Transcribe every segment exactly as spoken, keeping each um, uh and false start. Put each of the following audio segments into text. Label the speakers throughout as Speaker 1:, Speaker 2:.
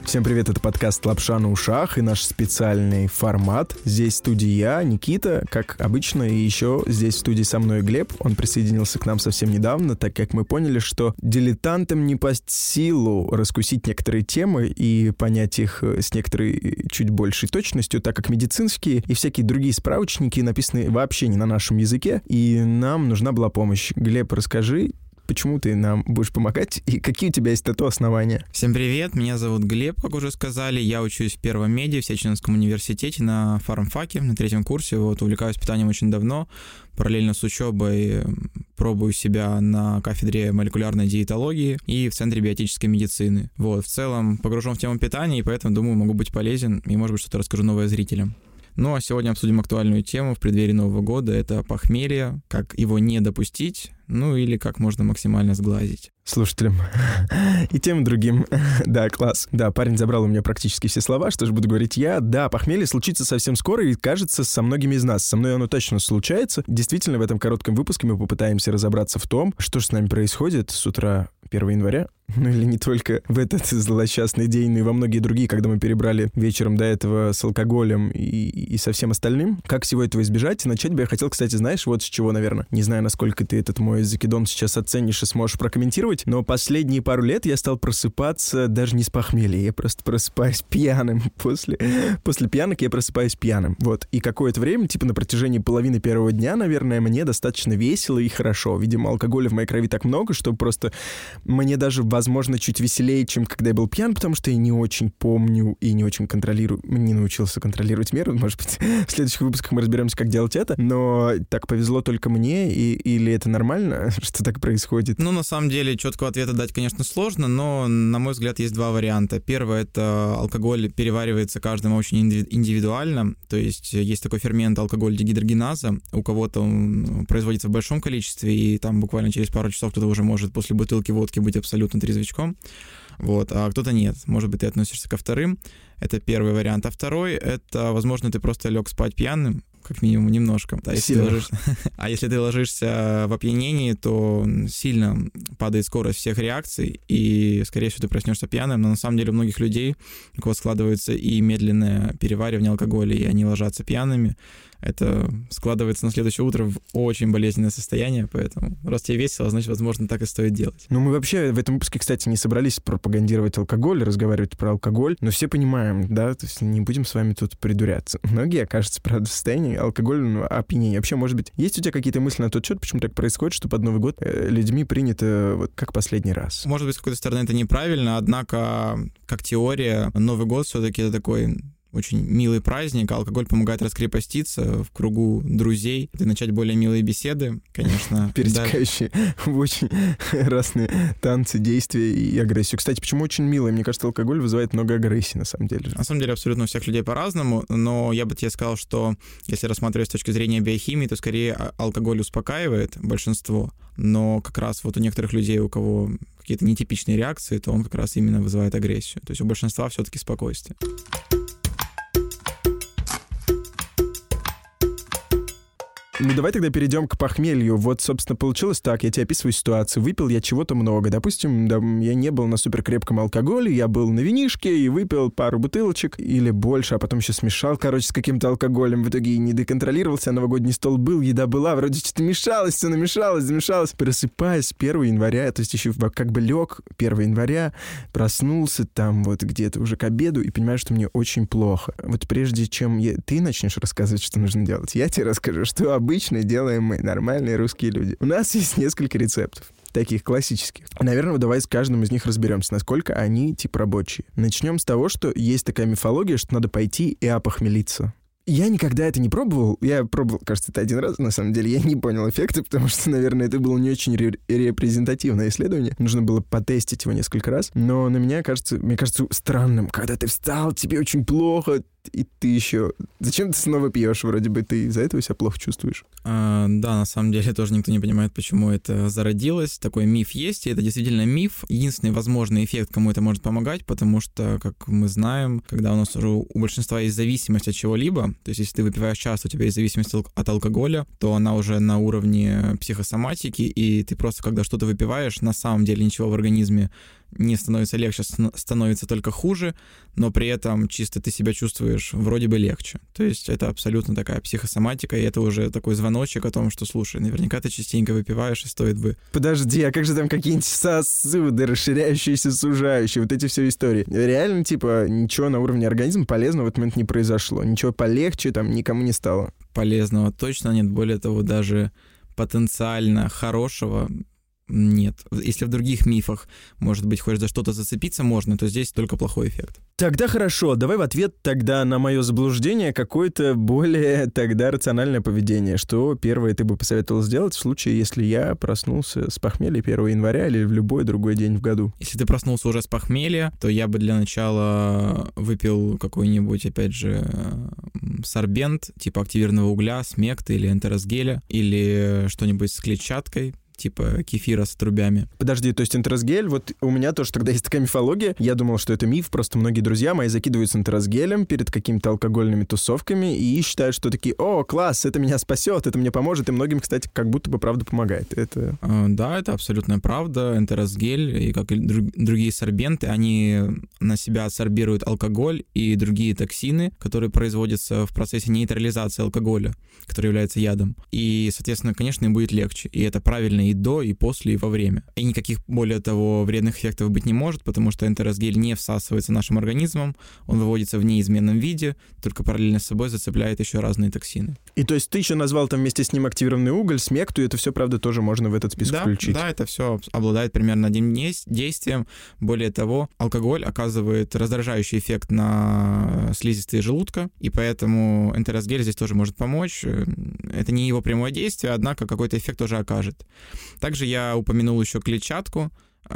Speaker 1: Всем привет, это подкаст «Лапша на ушах» и наш специальный формат. Здесь в студии я, Никита, как обычно, и еще здесь в студии со мной Глеб. Он присоединился к нам совсем недавно, так как мы поняли, что дилетантам не по силу раскусить некоторые темы и понять их с некоторой чуть большей точностью, так как медицинские и всякие другие справочники написаны вообще не на нашем языке, и нам нужна была помощь. Глеб, расскажи, почему ты нам будешь помогать и какие у тебя есть на то основания?
Speaker 2: Всем привет, меня зовут Глеб, как уже сказали, я учусь в первом меди в Сеченовском университете на фармфаке, на третьем курсе, вот, увлекаюсь питанием очень давно, параллельно с учебой пробую себя на кафедре молекулярной диетологии и в Центре биотической медицины. Вот, в целом погружен в тему питания, и поэтому, думаю, могу быть полезен и, может быть, что-то расскажу новое зрителям. Ну, а сегодня обсудим актуальную тему в преддверии Нового года. Это похмелье, как его не допустить, ну или как можно максимально сглазить.
Speaker 1: Слушателям и тем и другим. Да, класс. Да, парень забрал у меня практически все слова, что же буду говорить я. Да, похмелье случится совсем скоро и, кажется, со многими из нас. Со мной оно точно случается. Действительно, в этом коротком выпуске мы попытаемся разобраться в том, что же с нами происходит с утра первого января. Ну или не только в этот злосчастный день, но и во многие другие, когда мы перебрали вечером до этого с алкоголем и, и со всем остальным. Как всего этого избежать? Начать бы я хотел, кстати, знаешь, вот с чего, наверное. Не знаю, насколько ты этот мой закидон сейчас оценишь и сможешь прокомментировать, но последние пару лет я стал просыпаться даже не с похмелья, я просто просыпаюсь пьяным. После, после пьянок я просыпаюсь пьяным. Вот. И какое-то время, типа на протяжении половины первого дня, наверное, мне достаточно весело и хорошо. Видимо, алкоголя в моей крови так много, что просто мне даже возможно, чуть веселее, чем когда я был пьян, потому что я не очень помню и не очень контролирую, не научился контролировать меру. Может быть, в следующих выпусках мы разберемся, как делать это. Но так повезло только мне, и, или это нормально, что так происходит?
Speaker 2: Ну, на самом деле, четкого ответа дать, конечно, сложно, но, на мой взгляд, есть два варианта. Первый — это алкоголь переваривается каждым очень индивидуально, то есть есть такой фермент алкоголь-дегидрогеназа, у кого-то он производится в большом количестве, и там буквально через пару часов кто-то уже может после бутылки водки быть абсолютно трезвячком, вот, а кто-то нет. Может быть, ты относишься ко вторым. Это первый вариант. А второй — это, возможно, ты просто лег спать пьяным, как минимум немножко. А если, ты ложишься, а если ты ложишься в опьянении, то сильно падает скорость всех реакций, и, скорее всего, ты проснешься пьяным. Но на самом деле у многих людей, у кого складывается и медленное переваривание алкоголя, и они ложатся пьяными, это складывается на следующее утро в очень болезненное состояние, поэтому раз тебе весело, значит, возможно, так и стоит делать.
Speaker 1: Ну, мы вообще в этом выпуске, кстати, не собрались пропагандировать алкоголь, разговаривать про алкоголь, но все понимаем, да, то есть не будем с вами тут придуряться. Многие окажутся, правда, в состоянии алкогольного опьянения. Вообще, может быть, есть у тебя какие-то мысли на тот счет, почему так происходит, что под Новый год э, людьми принято вот как последний раз?
Speaker 2: Может быть, с какой-то стороны это неправильно, однако, как теория, Новый год все-таки это такой очень милый праздник, алкоголь помогает раскрепоститься в кругу друзей и начать более милые беседы, конечно.
Speaker 1: Пересекающие в очень разные танцы, действия и агрессию. Кстати, почему очень милый? Мне кажется, алкоголь вызывает много агрессии, на самом деле.
Speaker 2: На самом деле, абсолютно у всех людей по-разному, но я бы тебе сказал, что если рассматривать с точки зрения биохимии, то скорее алкоголь успокаивает большинство, но как раз вот у некоторых людей, у кого какие-то нетипичные реакции, то он как раз именно вызывает агрессию. То есть у большинства все-таки спокойствие.
Speaker 1: Ну, давай тогда перейдем к похмелью. Вот, собственно, получилось так. Я тебе описываю ситуацию. Выпил я чего-то много. Допустим, да, я не был на суперкрепком алкоголе, я был на винишке и выпил пару бутылочек или больше, а потом еще смешал, короче, с каким-то алкоголем. В итоге не доконтролировался, а новогодний стол был, еда была, вроде что-то мешалось, все намешалось, замешалось. Просыпаясь первого января, то есть еще как бы лег первого января, проснулся там вот где-то уже к обеду и понимаю, что мне очень плохо. Вот прежде чем я... ты начнешь рассказывать, что нужно делать, я тебе расскажу, что обычно делаем мы, нормальные русские люди. У нас есть несколько рецептов, таких классических. Наверное, давай с каждым из них разберемся, насколько они, типа, рабочие. Начнем с того, что есть такая мифология, что надо пойти и опохмелиться. Я никогда это не пробовал. Я пробовал, кажется, это один раз. На самом деле я не понял эффекта, потому что, наверное, это было не очень ре- репрезентативное исследование. Нужно было потестить его несколько раз. Но на меня кажется, мне кажется странным, когда ты встал, тебе очень плохо, и ты еще... Зачем ты снова пьешь? Вроде бы ты из-за этого себя плохо чувствуешь.
Speaker 2: А, да, на самом деле тоже никто не понимает, почему это зародилось. Такой миф есть, и это действительно миф. Единственный возможный эффект, кому это может помогать, потому что, как мы знаем, когда у нас уже у большинства есть зависимость от чего-либо, то есть если ты выпиваешь часто, у тебя есть зависимость от алкоголя, то она уже на уровне психосоматики, и ты просто, когда что-то выпиваешь, на самом деле ничего в организме не становится легче, становится только хуже, но при этом чисто ты себя чувствуешь вроде бы легче. То есть это абсолютно такая психосоматика, и это уже такой звоночек о том, что, слушай, наверняка ты частенько выпиваешь, и стоит бы...
Speaker 1: Подожди, а как же там какие-нибудь сосуды, расширяющиеся, сужающие, вот эти все истории? Реально, типа, ничего на уровне организма полезного в этот момент не произошло? Ничего полегче там никому не стало?
Speaker 2: Полезного точно нет, более того, даже потенциально хорошего нет. Если в других мифах, может быть, хоть за что-то зацепиться можно, то здесь только плохой эффект.
Speaker 1: Тогда хорошо, давай в ответ тогда на мое заблуждение какое-то более тогда рациональное поведение. Что первое ты бы посоветовал сделать в случае, если я проснулся с похмелья первого января или в любой другой день в году?
Speaker 2: Если ты проснулся уже с похмелья, то я бы для начала выпил какой-нибудь, опять же, сорбент, типа активированного угля, смекта или энтеросгеля, или что-нибудь с клетчаткой, типа кефира с отрубями.
Speaker 1: Подожди, то есть энтеросгель, вот у меня тоже тогда есть такая мифология. Я думал, что это миф, просто многие друзья мои закидываются энтеросгелем перед какими-то алкогольными тусовками и считают, что такие: о, класс, это меня спасет, это мне поможет, и многим, кстати, как будто бы правда помогает. Это...
Speaker 2: Да, это абсолютная правда. Энтеросгель, и как и другие сорбенты, они на себя адсорбируют алкоголь и другие токсины, которые производятся в процессе нейтрализации алкоголя, который является ядом. И, соответственно, конечно, им будет легче. И это правильно и до, и после, и во время. И никаких, более того, вредных эффектов быть не может, потому что энтеросгель не всасывается нашим организмом, он выводится в неизменном виде, только параллельно с собой зацепляет еще разные токсины.
Speaker 1: И то есть ты еще назвал там вместе с ним активированный уголь, смекту, и это все, правда, тоже можно в этот список
Speaker 2: да,
Speaker 1: включить?
Speaker 2: Да, это все обладает примерно одним действием. Более того, алкоголь оказывает раздражающий эффект на слизистые желудка, и поэтому энтеросгель здесь тоже может помочь. Это не его прямое действие, однако какой-то эффект тоже окажет. Также я упомянул еще клетчатку.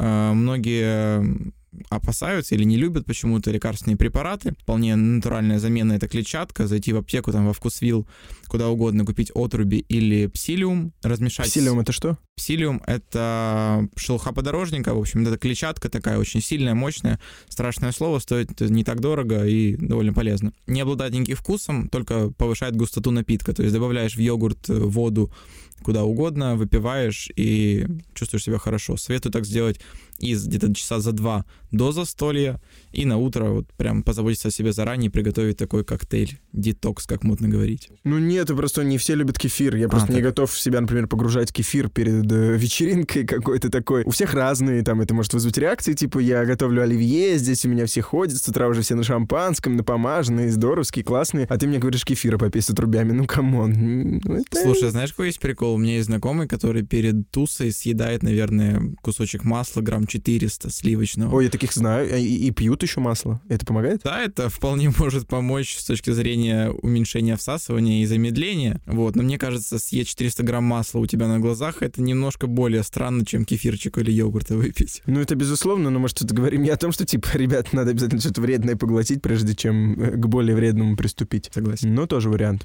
Speaker 2: Многие опасаются или не любят почему-то лекарственные препараты. Вполне натуральная замена — это клетчатка. Зайти в аптеку, там, во Вкусвилл, куда угодно, купить отруби или псилиум, размешать...
Speaker 1: Псилиум — это что?
Speaker 2: Псилиум — это шелуха подорожника. В общем, это клетчатка такая очень сильная, мощная. Страшное слово, стоит не так дорого и довольно полезно. Не обладает никаким вкусом, только повышает густоту напитка. То есть добавляешь в йогурт, воду, куда угодно, выпиваешь и чувствуешь себя хорошо. Советую так сделать из где-то часа за два до застолья, и на утро вот прям позаботиться о себе заранее и приготовить такой коктейль, детокс, как модно говорить.
Speaker 1: Ну нет, просто не все любят кефир. Я просто а, не так... готов в себя, например, погружать кефир перед э, вечеринкой какой-то такой. У всех разные, там это может вызвать реакции, типа я готовлю оливье, здесь у меня все ходят, с утра уже все на шампанском, напомаженные, здоровские, классные, а ты мне говоришь кефира попей с отрубями, ну камон. Ну, это...
Speaker 2: Слушай, знаешь, какой есть прикол? У меня есть знакомый, который перед тусой съедает, наверное, кусочек масла, грамм четыреста сливочного.
Speaker 1: Ой, я таких знаю, и, и пьют еще масло. Это помогает?
Speaker 2: Да, это вполне может помочь с точки зрения уменьшения всасывания и замедления. Вот, но мне кажется, съесть четыреста грамм масла у тебя на глазах — это немножко более странно, чем кефирчик или йогурта выпить.
Speaker 1: Ну, это безусловно, но, может, это говорим не о том, что, типа, ребят, надо обязательно что-то вредное поглотить, прежде чем к более вредному приступить.
Speaker 2: Согласен.
Speaker 1: Но тоже вариант.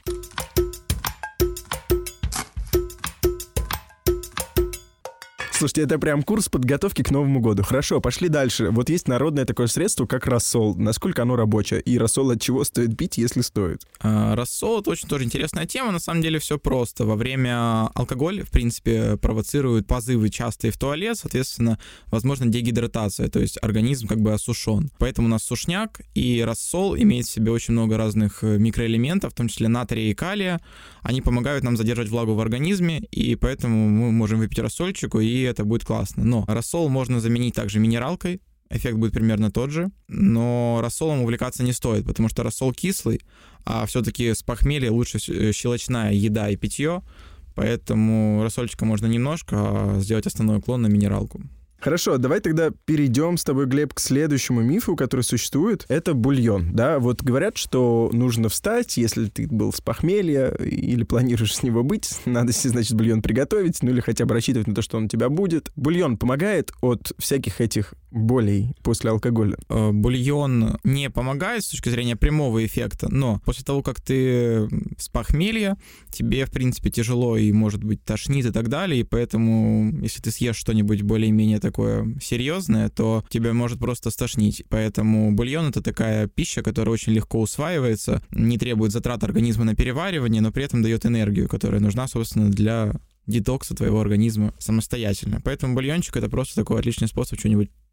Speaker 1: Слушайте, это прям курс подготовки к Новому году. Хорошо, пошли дальше. Вот есть народное такое средство, как рассол. Насколько оно рабочее? И рассол от чего стоит пить, если стоит?
Speaker 2: А, рассол — это очень тоже интересная тема. На самом деле все просто. Во время алкоголь, в принципе, провоцирует позывы частые в туалет, соответственно, возможно дегидратация, то есть организм как бы осушен. Поэтому у нас сушняк, и рассол имеет в себе очень много разных микроэлементов, в том числе натрия и калия. Они помогают нам задержать влагу в организме, и поэтому мы можем выпить рассольчику, и это будет классно. Но рассол можно заменить также минералкой, эффект будет примерно тот же, но рассолом увлекаться не стоит, потому что рассол кислый, а все-таки с похмелья лучше щелочная еда и питье, поэтому рассольчика можно немножко, а сделать основной уклон на минералку.
Speaker 1: Хорошо, давай тогда перейдем с тобой, Глеб, к следующему мифу, который существует. Это бульон, да? Вот говорят, что нужно встать, если ты был с похмелья или планируешь с него быть, надо, значит, бульон приготовить, ну или хотя бы рассчитывать на то, что он у тебя будет. Бульон помогает от всяких этих болей после алкоголя?
Speaker 2: Бульон не помогает с точки зрения прямого эффекта, но после того, как ты с похмелья, тебе, в принципе, тяжело и, может быть, тошнит и так далее, и поэтому, если ты съешь что-нибудь более-менее такое серьезное, то тебя может просто стошнить. Поэтому бульон — это такая пища, которая очень легко усваивается, не требует затрат организма на переваривание, но при этом дает энергию, которая нужна, собственно, для детокса твоего организма самостоятельно. Поэтому бульончик — это просто такой отличный способ что-нибудь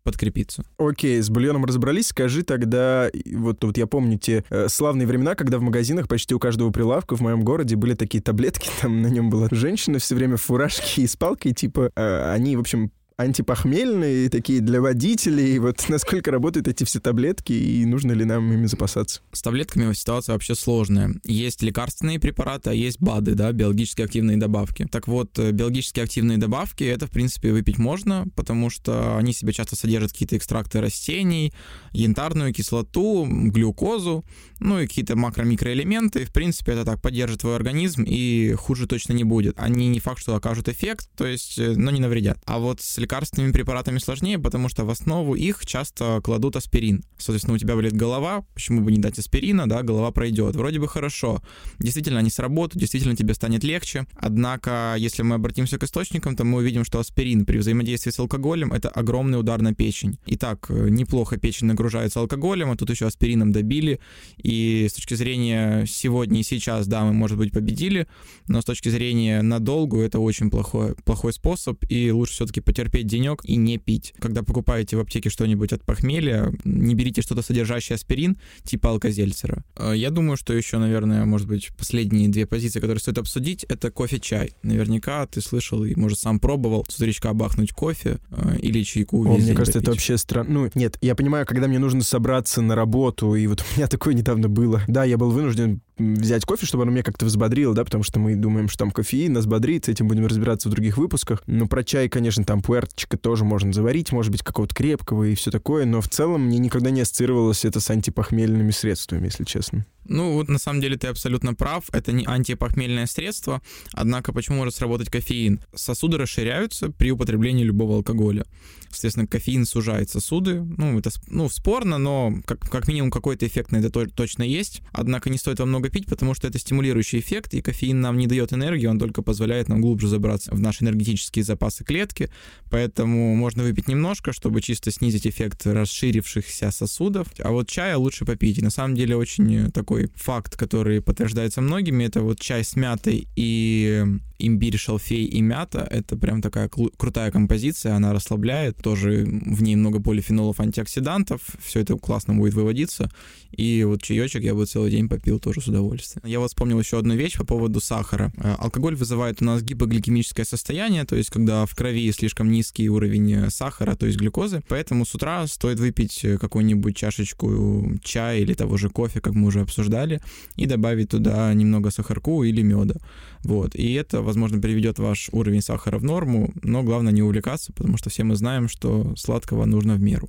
Speaker 2: подкрепиться.
Speaker 1: Окей, с бульоном разобрались. Скажи тогда, вот, вот я помню те э, славные времена, когда в магазинах почти у каждого прилавка в моем городе были такие таблетки, там на нем была женщина все время в фуражке и с палкой, типа, э, они, в общем, антипохмельные, такие для водителей. Вот насколько работают эти все таблетки и нужно ли нам ими запасаться?
Speaker 2: С таблетками ситуация вообще сложная. Есть лекарственные препараты, а есть БАДы, да, биологически активные добавки. Так вот, биологически активные добавки, это, в принципе, выпить можно, потому что они в себе часто содержат какие-то экстракты растений, янтарную кислоту, глюкозу, ну и какие-то макро-микроэлементы. В принципе, это так поддержит твой организм, и хуже точно не будет. Они не факт, что окажут эффект, то есть, но не навредят. А вот с лекарственными препаратами сложнее, потому что в основу их часто кладут аспирин. Соответственно, у тебя болит голова, почему бы не дать аспирина, да, голова пройдет. Вроде бы хорошо. Действительно, они сработают, действительно тебе станет легче. Однако, если мы обратимся к источникам, то мы увидим, что аспирин при взаимодействии с алкоголем — это огромный удар на печень. Итак, неплохо печень нагружается алкоголем, а тут еще аспирином добили. И с точки зрения сегодня и сейчас, да, мы, может быть, победили, но с точки зрения надолго это очень плохой, плохой способ, и лучше все-таки потерпеть денек и не пить. Когда покупаете в аптеке что-нибудь от похмелья, не берите что-то содержащее аспирин, типа алкозельцера. Я думаю, что еще, наверное, может быть, последние две позиции, которые стоит обсудить, это кофе-чай. Наверняка ты слышал и, может, сам пробовал с утречка бахнуть кофе или чайку.
Speaker 1: О, мне кажется, попить. Это вообще странно. Ну, нет, я понимаю, когда мне нужно собраться на работу, и вот у меня такое недавно было. Да, я был вынужден взять кофе, чтобы оно меня как-то взбодрило, да, потому что мы думаем, что там кофеин нас бодрит, с этим будем разбираться в других выпусках. Но про чай, конечно, там пуэрточка тоже можно заварить, может быть, какого-то крепкого и все такое, но в целом мне никогда не ассоциировалось это с антипохмельными средствами, если честно.
Speaker 2: Ну, вот на самом деле ты абсолютно прав, это не антипохмельное средство, однако почему может сработать кофеин? Сосуды расширяются при употреблении любого алкоголя. Соответственно, кофеин сужает сосуды, ну, это ну, спорно, но как, как минимум какой-то эффект на это то, точно есть, однако не стоит вам много пить, потому что это стимулирующий эффект, и кофеин нам не дает энергии, он только позволяет нам глубже забраться в наши энергетические запасы клетки, поэтому можно выпить немножко, чтобы чисто снизить эффект расширившихся сосудов, а вот чая лучше попить, и на самом деле очень такой факт, который подтверждается многими, это вот чай с мятой и имбирь, шалфей и мята, это прям такая кру- крутая композиция, она расслабляет, тоже в ней много полифенолов, антиоксидантов, все это классно будет выводиться, и вот чаечек я бы целый день попил тоже с удовольствием. Я вот вспомнил еще одну вещь по поводу сахара. Алкоголь вызывает у нас гипогликемическое состояние, то есть когда в крови слишком низкий уровень сахара, то есть глюкозы, поэтому с утра стоит выпить какую-нибудь чашечку чая или того же кофе, как мы уже обсуждали, и добавить туда немного сахарку или меда. Вот. И это, возможно, приведет ваш уровень сахара в норму, но главное не увлекаться, потому что все мы знаем, что сладкого нужно в меру.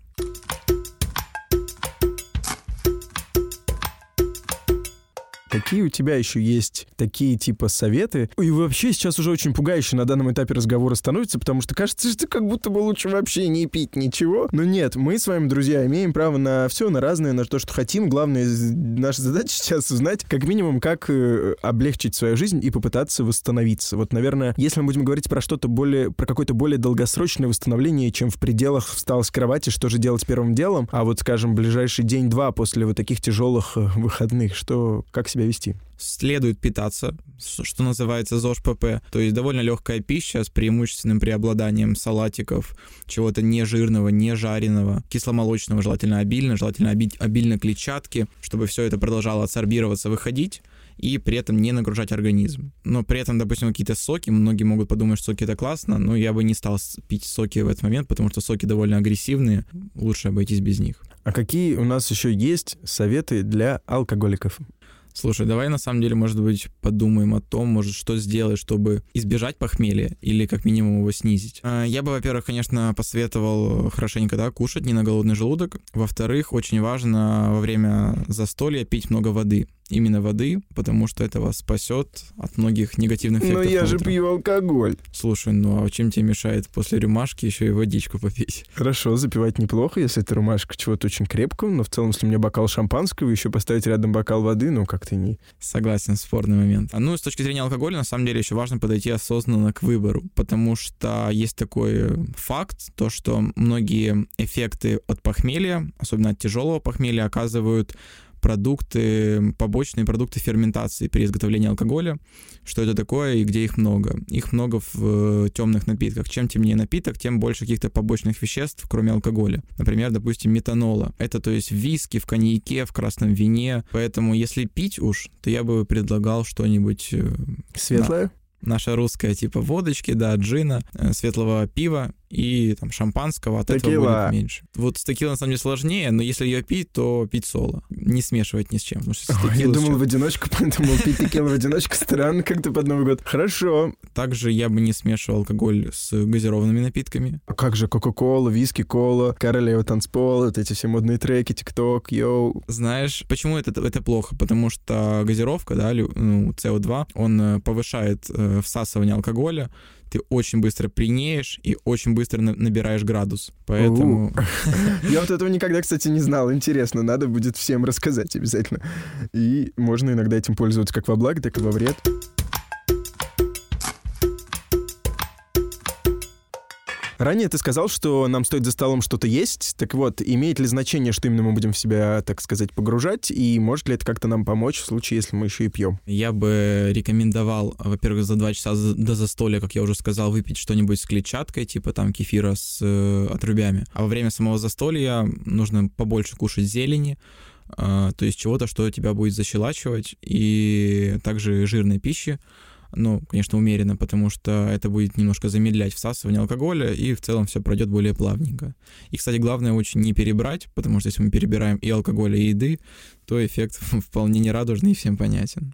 Speaker 1: Какие у тебя еще есть такие типа советы? И вообще сейчас уже очень пугающе на данном этапе разговора становится, потому что кажется, что как будто бы лучше вообще не пить ничего. Но нет, мы с вами, друзья, имеем право на все, на разное, на то, что хотим. Главное, наша задача сейчас узнать, как минимум, как э, облегчить свою жизнь и попытаться восстановиться. Вот, наверное, если мы будем говорить про что-то более, про какое-то более долгосрочное восстановление, чем в пределах встал с кровати, что же делать первым делом, а вот, скажем, ближайший день-два после вот таких тяжелых э, выходных, что, как себя вести?
Speaker 2: Следует питаться, что называется ЗОЖ-ПП, то есть довольно легкая пища с преимущественным преобладанием салатиков, чего-то нежирного, не жареного, кисломолочного, желательно обильно, желательно обильно клетчатки, чтобы все это продолжало адсорбироваться, выходить, и при этом не нагружать организм. Но при этом, допустим, какие-то соки, многие могут подумать, что соки это классно, но я бы не стал пить соки в этот момент, потому что соки довольно агрессивные, лучше обойтись без них.
Speaker 1: А какие у нас еще есть советы для алкоголиков?
Speaker 2: Слушай, давай на самом деле, может быть, подумаем о том, может, что сделать, чтобы избежать похмелья или как минимум его снизить. Я бы, во-первых, конечно, посоветовал хорошенько, да, кушать не на голодный желудок. Во-вторых, очень важно во время застолья пить много воды. Именно воды, потому что это вас спасет от многих негативных эффектов.
Speaker 1: Но я же пью алкоголь.
Speaker 2: Слушай, ну а чем тебе мешает после рюмашки еще и водичку попить?
Speaker 1: Хорошо, запивать неплохо, если это рюмашка чего-то очень крепкого, но в целом, если у меня бокал шампанского, еще поставить рядом бокал воды, ну как-то не...
Speaker 2: Согласен, спорный момент. А ну, с точки зрения алкоголя, на самом деле, еще важно подойти осознанно к выбору, потому что есть такой факт, то, что многие эффекты от похмелья, особенно от тяжелого похмелья, оказывают продукты, побочные продукты ферментации при изготовлении алкоголя. Что это такое и где их много? Их много в темных напитках. Чем темнее напиток, тем больше каких-то побочных веществ, кроме алкоголя. Например, допустим, метанола. Это, то есть, в виске, в коньяке, в красном вине. Поэтому, если пить уж, то я бы предлагал что-нибудь...
Speaker 1: Светлое?
Speaker 2: На... Наша русская, типа водочки, да, джина, светлого пива и там шампанского, от
Speaker 1: Текила.
Speaker 2: этого будет меньше. Вот с текилой на самом деле сложнее, но если ее пить, то пить соло. Не смешивать ни с чем. Потому что с
Speaker 1: Ой, я думал
Speaker 2: чем...
Speaker 1: в одиночку, подумал, пить текилу в одиночку странно как-то под Новый год. Хорошо.
Speaker 2: Также я бы не смешивал алкоголь с газированными напитками.
Speaker 1: А как же Кока-Кола, виски, кола, королева танцпола, вот эти все модные треки, ТикТок, йоу.
Speaker 2: Знаешь, почему это, это плохо? Потому что газировка, да, ну, си о два, он повышает э, всасывание алкоголя, ты очень быстро пьянеешь и очень быстро набираешь градус. Поэтому...
Speaker 1: Я вот этого никогда, кстати, не знал. Интересно, надо будет всем рассказать обязательно. И можно иногда этим пользоваться как во благо, так и во вред. Ранее ты сказал, что нам стоит за столом что-то есть. Так вот, имеет ли значение, что именно мы будем в себя, так сказать, погружать? И может ли это как-то нам помочь в случае, если мы еще и пьем?
Speaker 2: Я бы рекомендовал, во-первых, за два часа до застолья, как я уже сказал, выпить что-нибудь с клетчаткой, типа там кефира с э, отрубями. А во время самого застолья нужно побольше кушать зелени, э, то есть чего-то, что тебя будет защелачивать, и также жирной пищи. Ну, конечно, умеренно, потому что это будет немножко замедлять всасывание алкоголя, и в целом все пройдет более плавненько. И, кстати, главное очень не перебрать, потому что если мы перебираем и алкоголь, и еды, то эффект вполне нерадужный и всем понятен.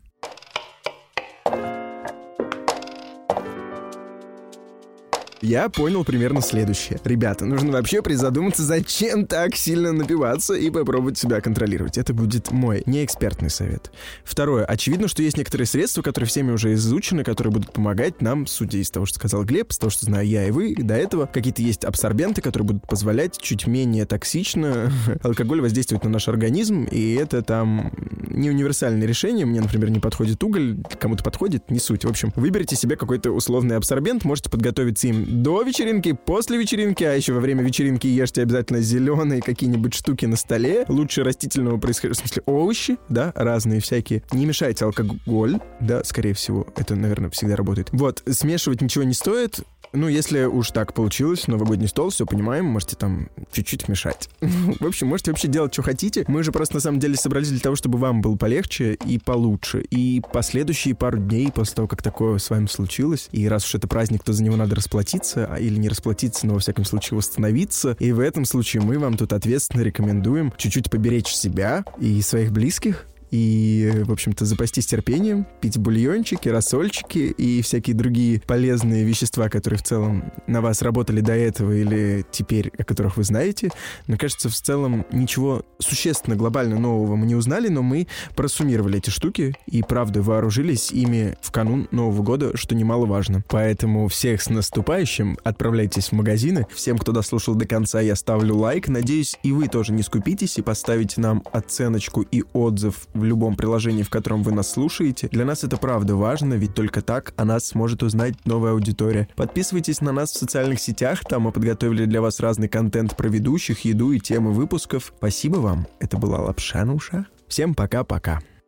Speaker 1: Я понял примерно следующее. Ребята, нужно вообще призадуматься, зачем так сильно напиваться и попробовать себя контролировать. Это будет мой неэкспертный совет. Второе. Очевидно, что есть некоторые средства, которые всеми уже изучены, которые будут помогать нам, судя из того, что сказал Глеб, из того, что знаю я и вы, и до этого, какие-то есть абсорбенты, которые будут позволять чуть менее токсично алкоголь воздействовать на наш организм, и это там не универсальное решение. Мне, например, не подходит уголь, кому-то подходит, не суть. В общем, выберите себе какой-то условный абсорбент, можете подготовиться им до вечеринки, после вечеринки, а еще во время вечеринки ешьте обязательно зеленые какие-нибудь штуки на столе. Лучше растительного происхождения, в смысле овощи, да, разные всякие. Не мешайте алкоголь, да, скорее всего, это, наверное, всегда работает. Вот, смешивать ничего не стоит. Ну, если уж так получилось, новогодний стол, все понимаем, можете там чуть-чуть мешать. В общем, можете вообще делать, что хотите. Мы же просто на самом деле собрались для того, чтобы вам было полегче и получше. И последующие пару дней после того, как такое с вами случилось, и раз уж это праздник, то за него надо расплатиться, а или не расплатиться, но во всяком случае восстановиться. И в этом случае мы вам тут ответственно рекомендуем чуть-чуть поберечь себя и своих близких. И, в общем-то, запастись терпением, пить бульончики, рассольчики и всякие другие полезные вещества, которые в целом на вас работали до этого или теперь, о которых вы знаете. Мне кажется, в целом ничего существенно глобально нового мы не узнали, но мы просуммировали эти штуки и, правда, вооружились ими в канун Нового года, что немаловажно. Поэтому всех с наступающим, отправляйтесь в магазины. Всем, кто дослушал до конца, я ставлю лайк. Надеюсь, и вы тоже не скупитесь и поставите нам оценочку и отзыв в любом приложении, в котором вы нас слушаете. Для нас это правда важно, ведь только так о нас сможет узнать новая аудитория. Подписывайтесь на нас в социальных сетях, там мы подготовили для вас разный контент про ведущих, еду и темы выпусков. Спасибо вам. Это была Лапша на ушах. Всем пока-пока.